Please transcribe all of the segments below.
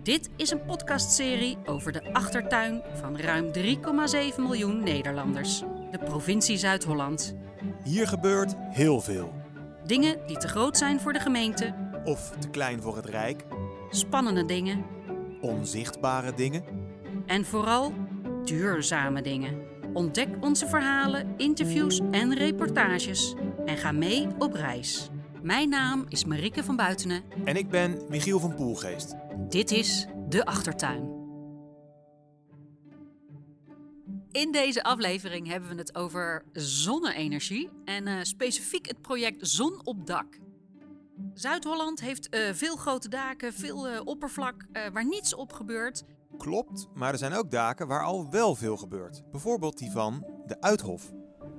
Dit is een podcastserie over de achtertuin van ruim 3,7 miljoen Nederlanders. De provincie Zuid-Holland. Hier gebeurt heel veel. Dingen die te groot zijn voor de gemeente. Of te klein voor het Rijk. Spannende dingen. Onzichtbare dingen. En vooral duurzame dingen. Ontdek onze verhalen, interviews en reportages. En ga mee op reis. Mijn naam is Marieke van Buitenen. En ik ben Michiel van Poelgeest. Dit is De Achtertuin. In deze aflevering hebben we het over zonne-energie en specifiek het project Zon op Dak. Zuid-Holland heeft veel grote daken, veel oppervlak waar niets op gebeurt. Klopt, maar er zijn ook daken waar al wel veel gebeurt. Bijvoorbeeld die van de Uithof.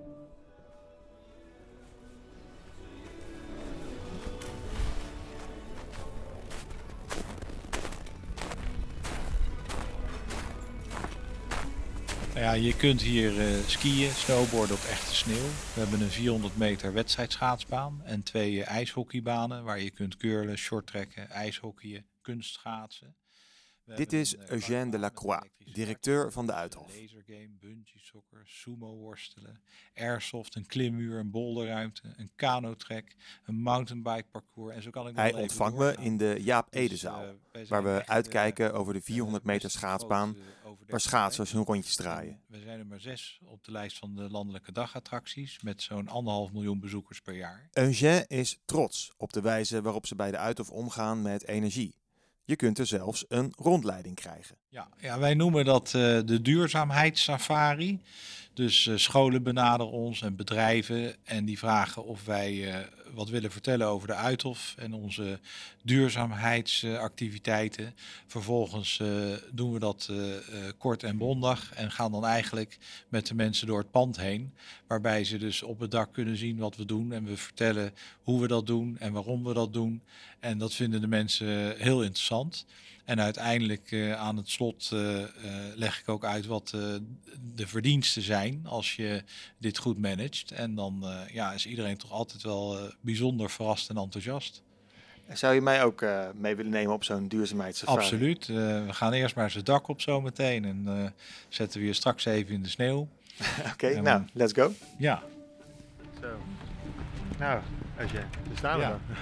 Ja, je kunt hier skiën, snowboarden op echte sneeuw. We hebben een 400 meter wedstrijdschaatsbaan en 2 ijshockeybanen waar je kunt curlen, shorttrekken, ijshockeyen, kunstschaatsen. Dit is Eugène Delacroix, directeur van de Uithof. Lasergame, bungee sokker, sumo worstelen, airsoft, een klimmuur, een boulderruimte, een kanotrek, een mountainbike parcours. En zo kan ik Hij ontvangt me in de Jaap Edezaal, waar we uitkijken over de 400 meter schaatsbaan, waar schaatsers hun rondjes draaien. We zijn er maar 6 op de lijst van de landelijke dagattracties met zo'n 1,5 miljoen bezoekers per jaar. Eugène is trots op de wijze waarop ze bij de Uithof omgaan met energie. Je kunt er zelfs een rondleiding krijgen. Ja, wij noemen dat de duurzaamheidssafari. Dus scholen benaderen ons en bedrijven en die vragen of wij wat willen vertellen over de Uithof en onze duurzaamheidsactiviteiten. Vervolgens doen we dat kort en bondig en gaan dan eigenlijk met de mensen door het pand heen. Waarbij ze dus op het dak kunnen zien wat we doen en we vertellen hoe we dat doen en waarom we dat doen. En dat vinden de mensen heel interessant. En uiteindelijk aan het slot leg ik ook uit wat de verdiensten zijn als je dit goed managt. En dan is iedereen toch altijd wel bijzonder verrast en enthousiast. Zou je mij ook mee willen nemen op zo'n duurzaamheidssafari? Absoluut. We gaan eerst maar eens het dak op zo meteen en zetten we je straks even in de sneeuw. Oké, nou, let's go. Ja. Zo. Nou, daar staan we dan.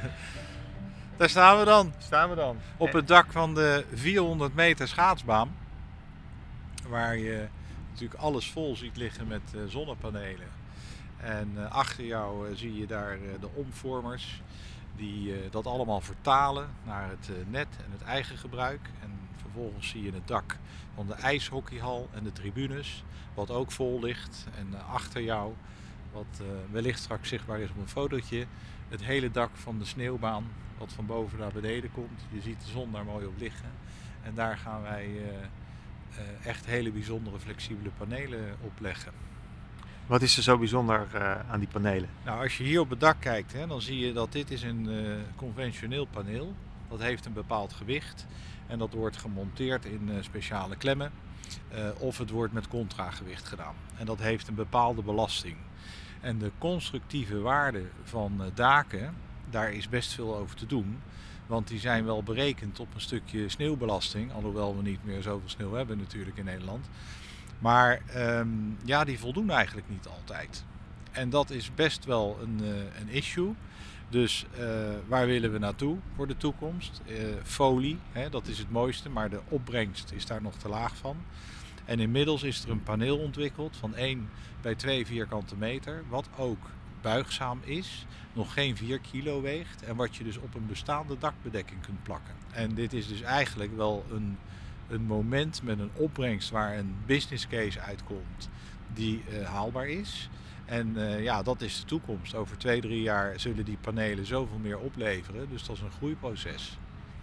Daar staan we dan. Staan we dan. Op het dak van de 400 meter schaatsbaan. Waar je natuurlijk alles vol ziet liggen met zonnepanelen. En achter jou zie je daar de omvormers. Die dat allemaal vertalen naar het net en het eigen gebruik. En vervolgens zie je het dak van de ijshockeyhal en de tribunes. Wat ook vol ligt. En achter jou, wat wellicht straks zichtbaar is op een fotootje. Het hele dak van de sneeuwbaan. Wat van boven naar beneden komt. Je ziet de zon daar mooi op liggen. En daar gaan wij echt hele bijzondere flexibele panelen op leggen. Wat is er zo bijzonder aan die panelen? Nou, als je hier op het dak kijkt, dan zie je dat dit is een conventioneel paneel. Dat heeft een bepaald gewicht. En dat wordt gemonteerd in speciale klemmen. Of het wordt met contragewicht gedaan. En dat heeft een bepaalde belasting. En de constructieve waarde van daken, daar is best veel over te doen. Want die zijn wel berekend op een stukje sneeuwbelasting. Alhoewel we niet meer zoveel sneeuw hebben natuurlijk in Nederland. Maar die voldoen eigenlijk niet altijd. En dat is best wel een issue. Dus waar willen we naartoe voor de toekomst? Folie, dat is het mooiste, maar de opbrengst is daar nog te laag van. En inmiddels is er een paneel ontwikkeld van 1 bij 2 vierkante meter. Wat ook buigzaam is, nog geen 4 kilo weegt en wat je dus op een bestaande dakbedekking kunt plakken. En dit is dus eigenlijk wel een moment met een opbrengst waar een business case uitkomt die haalbaar is. En dat is de toekomst. Over 2-3 jaar zullen die panelen zoveel meer opleveren, dus dat is een groeiproces.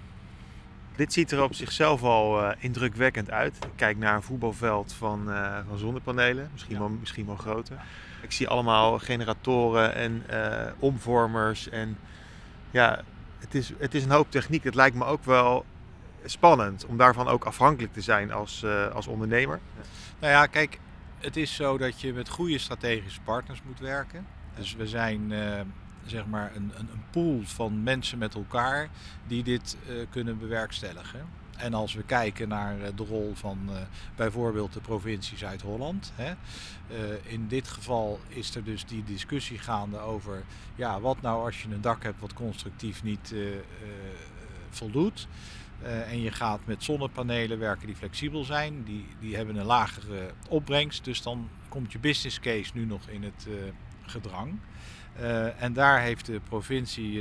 Dit ziet er op zichzelf al indrukwekkend uit. Ik kijk naar een voetbalveld van zonnepanelen, misschien wel groter. Ik zie allemaal generatoren en omvormers. En ja, het is een hoop techniek. Het lijkt me ook wel spannend om daarvan ook afhankelijk te zijn als ondernemer. Nou ja, kijk, het is zo dat je met goede strategische partners moet werken. Dus we zijn zeg maar een pool van mensen met elkaar die dit kunnen bewerkstelligen. En als we kijken naar de rol van bijvoorbeeld de provincie Zuid-Holland. In dit geval is er dus die discussie gaande over wat nou als je een dak hebt wat constructief niet voldoet. En je gaat met zonnepanelen werken die flexibel zijn. Die hebben een lagere opbrengst. Dus dan komt je business case nu nog in het gedrang. En daar heeft de provincie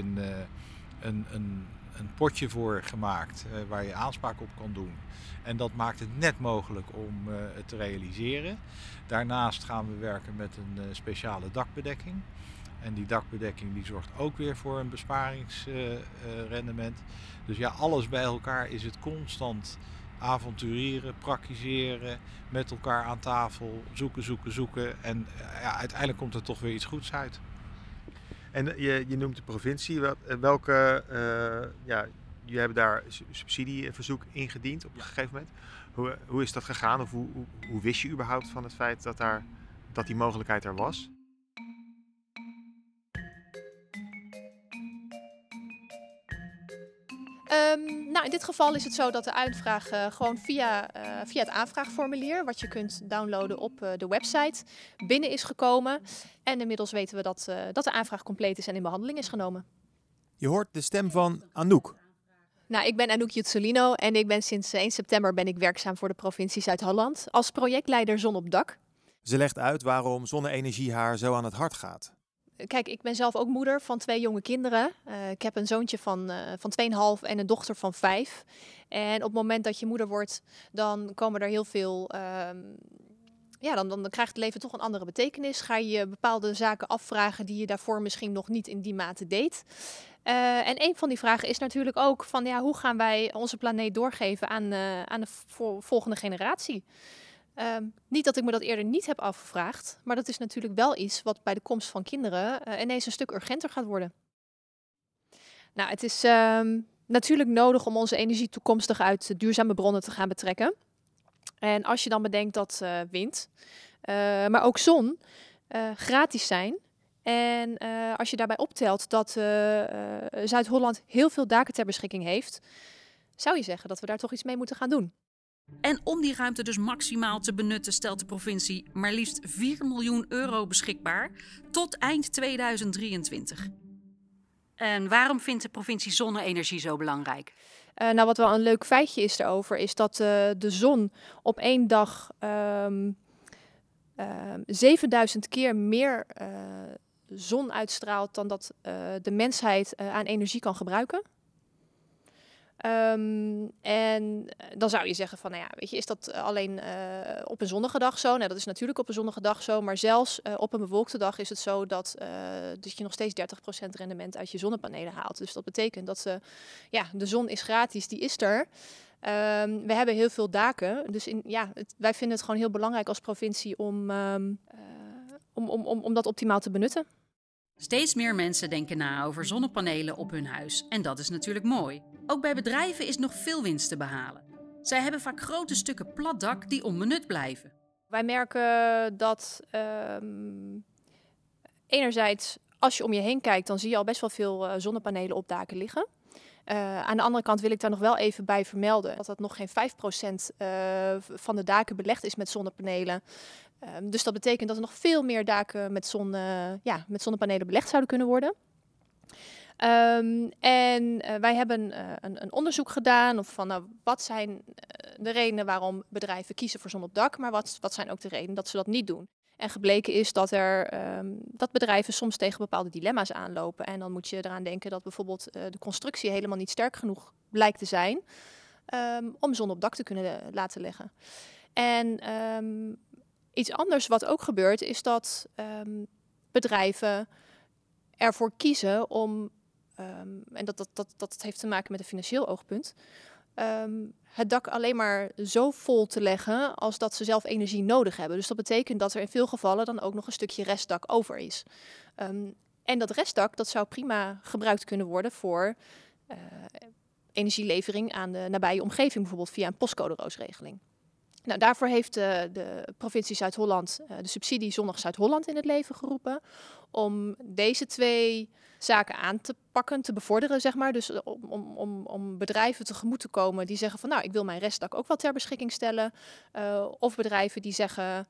een potje voor gemaakt waar je aanspraak op kan doen. En dat maakt het net mogelijk om het te realiseren. Daarnaast gaan we werken met een speciale dakbedekking. En die dakbedekking die zorgt ook weer voor een besparingsrendement. Dus alles bij elkaar is het constant avonturieren, praktiseren, met elkaar aan tafel, zoeken. En uiteindelijk komt er toch weer iets goeds uit. En je noemt de provincie. Welke, jullie hebben daar subsidieverzoek ingediend op een gegeven moment. Hoe is dat gegaan? Of hoe wist je überhaupt van het feit dat die mogelijkheid er was? In dit geval is het zo dat de aanvraag gewoon via het aanvraagformulier, wat je kunt downloaden op de website, binnen is gekomen. En inmiddels weten we dat de aanvraag compleet is en in behandeling is genomen. Je hoort de stem van Anouk. Ik ben Anouk Jutsolino en ik ben sinds 1 september werkzaam voor de provincie Zuid-Holland als projectleider Zon op Dak. Ze legt uit waarom zonne-energie haar zo aan het hart gaat. Kijk, ik ben zelf ook moeder van 2 jonge kinderen. Ik heb een zoontje van 2,5 en een dochter van 5. En op het moment dat je moeder wordt, dan komen er heel veel... Dan krijgt het leven toch een andere betekenis. Ga je bepaalde zaken afvragen die je daarvoor misschien nog niet in die mate deed. En een van die vragen is natuurlijk ook van hoe gaan wij onze planeet doorgeven aan de volgende generatie. Niet dat ik me dat eerder niet heb afgevraagd, maar dat is natuurlijk wel iets wat bij de komst van kinderen ineens een stuk urgenter gaat worden. Het is natuurlijk nodig om onze energie toekomstig uit duurzame bronnen te gaan betrekken. En als je dan bedenkt dat wind, maar ook zon gratis zijn. En als je daarbij optelt dat Zuid-Holland heel veel daken ter beschikking heeft, zou je zeggen dat we daar toch iets mee moeten gaan doen. En om die ruimte dus maximaal te benutten stelt de provincie maar liefst 4 miljoen euro beschikbaar tot eind 2023. En waarom vindt de provincie zonne-energie zo belangrijk? Wat wel een leuk feitje is daarover, is dat de zon op 1 dag 7000 keer meer zon uitstraalt dan dat de mensheid aan energie kan gebruiken. En dan zou je zeggen van, is dat alleen op een zonnige dag zo? Dat is natuurlijk op een zonnige dag zo, maar zelfs op een bewolkte dag is het zo dat je nog steeds 30% rendement uit je zonnepanelen haalt. Dus dat betekent dat de zon is gratis, die is er. We hebben heel veel daken, dus wij vinden het gewoon heel belangrijk als provincie om dat optimaal te benutten. Steeds meer mensen denken na over zonnepanelen op hun huis en dat is natuurlijk mooi. Ook bij bedrijven is nog veel winst te behalen. Zij hebben vaak grote stukken plat dak die onbenut blijven. Wij merken dat enerzijds, als je om je heen kijkt, dan zie je al best wel veel zonnepanelen op daken liggen. Aan de andere kant wil ik daar nog wel even bij vermelden dat nog geen 5% van de daken belegd is met zonnepanelen. Dus dat betekent dat er nog veel meer daken met zonnepanelen belegd zouden kunnen worden. Wij hebben een onderzoek gedaan wat zijn de redenen waarom bedrijven kiezen voor zon op dak, maar wat zijn ook de redenen dat ze dat niet doen. En gebleken is dat bedrijven soms tegen bepaalde dilemma's aanlopen. En dan moet je eraan denken dat bijvoorbeeld de constructie helemaal niet sterk genoeg blijkt te zijn om zon op dak te kunnen laten leggen. En iets anders wat ook gebeurt is dat bedrijven ervoor kiezen om, en dat heeft te maken met een financieel oogpunt, het dak alleen maar zo vol te leggen als dat ze zelf energie nodig hebben. Dus dat betekent dat er in veel gevallen dan ook nog een stukje restdak over is. En dat restdak dat zou prima gebruikt kunnen worden voor energielevering aan de nabije omgeving, bijvoorbeeld via een postcode-roosregeling. Daarvoor heeft de provincie Zuid-Holland de subsidie Zonnig Zuid-Holland in het leven geroepen. om deze 2 zaken aan te pakken, te bevorderen, zeg maar. Dus om bedrijven tegemoet te komen die zeggen van, nou, ik wil mijn restdak ook wel ter beschikking stellen. Of bedrijven die zeggen,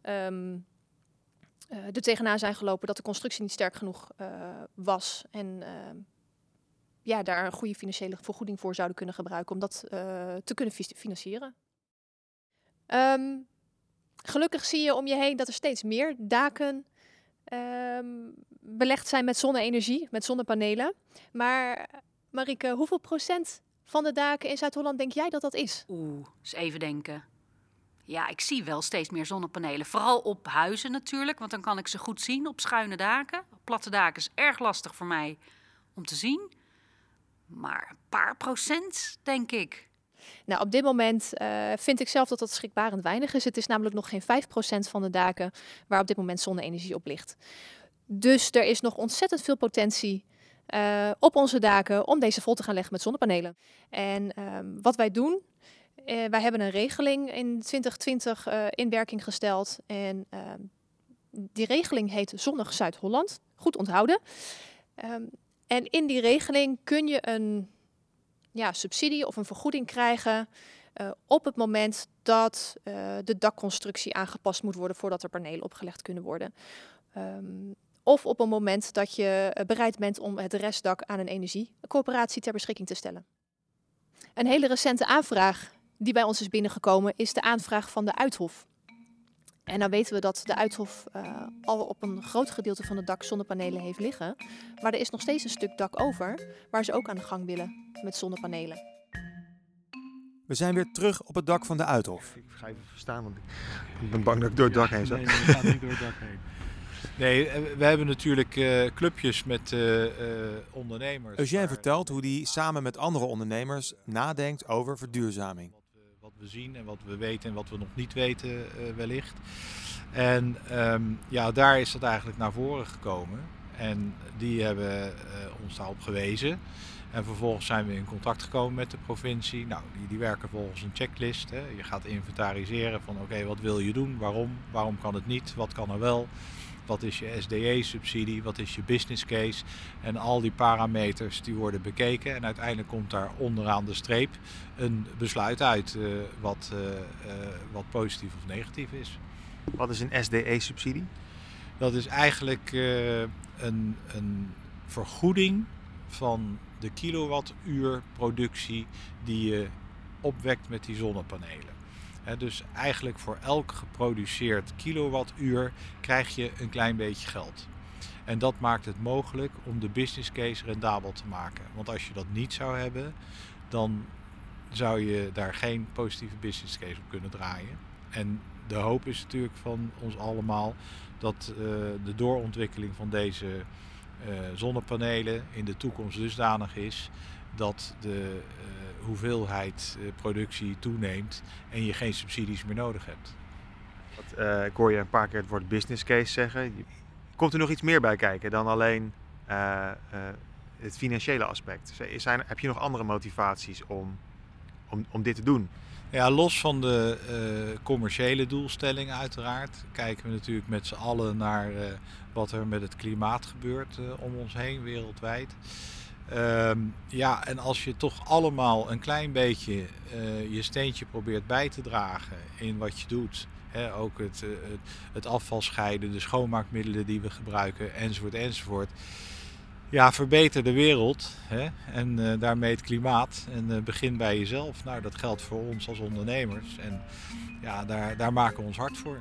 er tegenaan zijn gelopen dat de constructie niet sterk genoeg was. En daar een goede financiële vergoeding voor zouden kunnen gebruiken om dat te kunnen financieren. Gelukkig zie je om je heen dat er steeds meer daken belegd zijn met zonne-energie, met zonnepanelen. Maar Marieke, hoeveel procent van de daken in Zuid-Holland denk jij dat dat is? Eens even denken. Ja, ik zie wel steeds meer zonnepanelen. Vooral op huizen natuurlijk, want dan kan ik ze goed zien op schuine daken. Op platte daken is erg lastig voor mij om te zien. Maar een paar procent, denk ik. Nou, op dit moment vind ik zelf dat dat schrikbarend weinig is. Het is namelijk nog geen 5% van de daken waar op dit moment zonne-energie op ligt. Dus er is nog ontzettend veel potentie op onze daken om deze vol te gaan leggen met zonnepanelen. En wat wij doen, wij hebben een regeling in 2020 in werking gesteld. En die regeling heet Zonnig Zuid-Holland. Goed onthouden. En in die regeling kun je een subsidie of een vergoeding krijgen op het moment dat de dakconstructie aangepast moet worden voordat er panelen opgelegd kunnen worden. Of op een moment dat je bereid bent om het restdak aan een energiecoöperatie ter beschikking te stellen. Een hele recente aanvraag die bij ons is binnengekomen is de aanvraag van de Uithof. En dan weten we dat de Uithof al op een groot gedeelte van het dak zonnepanelen heeft liggen. Maar er is nog steeds een stuk dak over waar ze ook aan de gang willen met zonnepanelen. We zijn weer terug op het dak van de Uithof. Ik ga even verstaan, want ik ben bang dat ik door het dak heen zat. Nee, je gaat niet door het dak heen. Nee, we hebben natuurlijk clubjes met ondernemers. Eugène vertelt hoe hij samen met andere ondernemers nadenkt over verduurzaming. Wat we zien en wat we weten en wat we nog niet weten wellicht. En daar is dat eigenlijk naar voren gekomen. En die hebben ons daarop gewezen. En vervolgens zijn we in contact gekomen met de provincie. Nou, die werken volgens een checklist. Hè. Je gaat inventariseren van oké, wat wil je doen? Waarom? Waarom kan het niet? Wat kan er wel? Wat is je SDE-subsidie? Wat is je business case? En al die parameters die worden bekeken. En uiteindelijk komt daar onderaan de streep een besluit uit wat positief of negatief is. Wat is een SDE-subsidie? Dat is eigenlijk een vergoeding van de kilowattuur productie die je opwekt met die zonnepanelen. Dus eigenlijk voor elk geproduceerd kilowattuur krijg je een klein beetje geld. En dat maakt het mogelijk om de business case rendabel te maken. Want als je dat niet zou hebben, dan zou je daar geen positieve business case op kunnen draaien. En de hoop is natuurlijk van ons allemaal dat de doorontwikkeling van deze zonnepanelen in de toekomst dusdanig is dat de hoeveelheid productie toeneemt en je geen subsidies meer nodig hebt. Ik hoor je een paar keer het woord business case zeggen. Komt er nog iets meer bij kijken dan alleen het financiële aspect? Heb je nog andere motivaties om dit te doen? Ja, los van de commerciële doelstelling uiteraard kijken we natuurlijk met z'n allen naar wat er met het klimaat gebeurt om ons heen wereldwijd. En als je toch allemaal een klein beetje je steentje probeert bij te dragen in wat je doet. Ook het afval scheiden, de schoonmaakmiddelen die we gebruiken enzovoort. Ja, verbeter de wereld en daarmee het klimaat en begin bij jezelf. Nou, dat geldt voor ons als ondernemers en ja, daar maken we ons hard voor.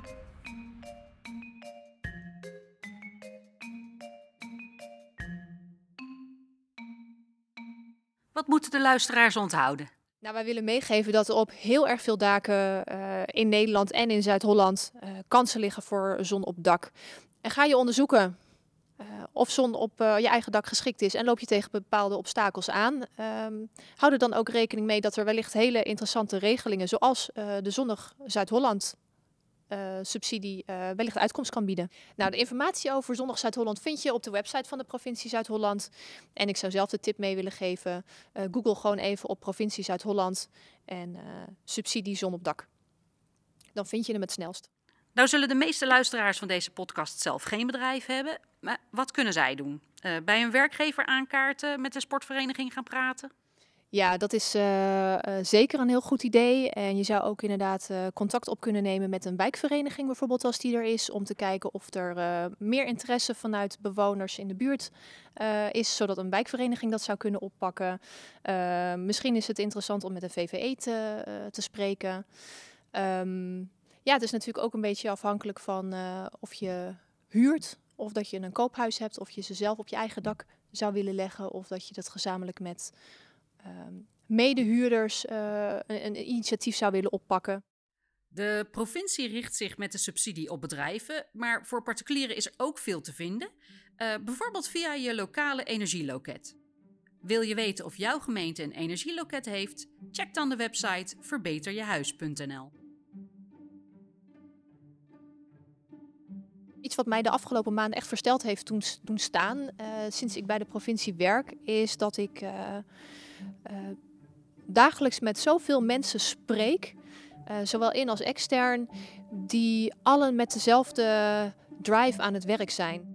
Wat moeten de luisteraars onthouden? Nou, wij willen meegeven dat er op heel erg veel daken in Nederland en in Zuid-Holland kansen liggen voor zon op dak. En ga je onderzoeken of zon op je eigen dak geschikt is en loop je tegen bepaalde obstakels aan. Hou er dan ook rekening mee dat er wellicht hele interessante regelingen zoals de Zonnig Zuid-Holland subsidie wellicht uitkomst kan bieden. Nou, de informatie over Zonnig Zuid-Holland vind je op de website van de provincie Zuid-Holland. En ik zou zelf de tip mee willen geven. Google gewoon even op provincie Zuid-Holland en subsidie zon op dak. Dan vind je hem het snelst. Nou zullen de meeste luisteraars van deze podcast zelf geen bedrijf hebben. Maar wat kunnen zij doen? Bij een werkgever aankaarten, met de sportvereniging gaan praten? Ja, dat is zeker een heel goed idee. En je zou ook inderdaad contact op kunnen nemen met een wijkvereniging bijvoorbeeld als die er is. Om te kijken of er meer interesse vanuit bewoners in de buurt is. Zodat een wijkvereniging dat zou kunnen oppakken. Misschien is het interessant om met een VVE te spreken. Ja, het is natuurlijk ook een beetje afhankelijk van of je huurt. Of dat je een koophuis hebt. Of je ze zelf op je eigen dak zou willen leggen. Of dat je dat gezamenlijk met medehuurders een initiatief zou willen oppakken. De provincie richt zich met de subsidie op bedrijven, maar voor particulieren is er ook veel te vinden. Bijvoorbeeld via je lokale energieloket. Wil je weten of jouw gemeente een energieloket heeft? Check dan de website verbeterjehuis.nl. Iets wat mij de afgelopen maanden echt versteld heeft doen staan, sinds ik bij de provincie werk, is dat ik dagelijks met zoveel mensen spreek, zowel in als extern, die allen met dezelfde drive aan het werk zijn.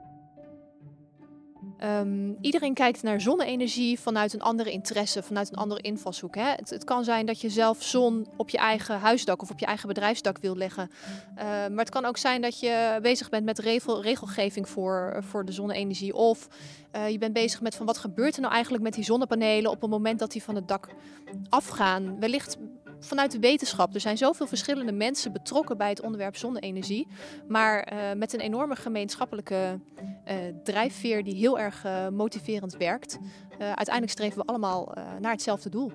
Iedereen kijkt naar zonne-energie vanuit een andere interesse, vanuit een andere invalshoek. Hè? Het kan zijn dat je zelf zon op je eigen huisdak of op je eigen bedrijfsdak wil leggen. Maar het kan ook zijn dat je bezig bent met regelgeving voor de zonne-energie. Of je bent bezig met van wat gebeurt er nou eigenlijk met die zonnepanelen op het moment dat die van het dak afgaan. Wellicht vanuit de wetenschap. Er zijn zoveel verschillende mensen betrokken bij het onderwerp zonne-energie. Maar met een enorme gemeenschappelijke drijfveer die heel erg motiverend werkt. Uiteindelijk streven we allemaal naar hetzelfde doel.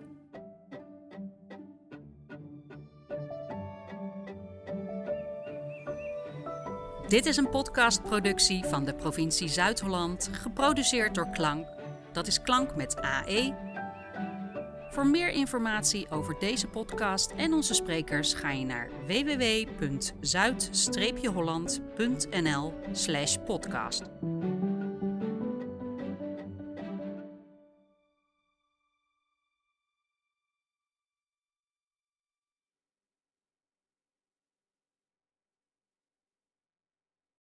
Dit is een podcastproductie van de provincie Zuid-Holland, geproduceerd door Klank. Dat is Klank met AE. Voor meer informatie over deze podcast en onze sprekers ga je naar www.zuid-holland.nl/podcast.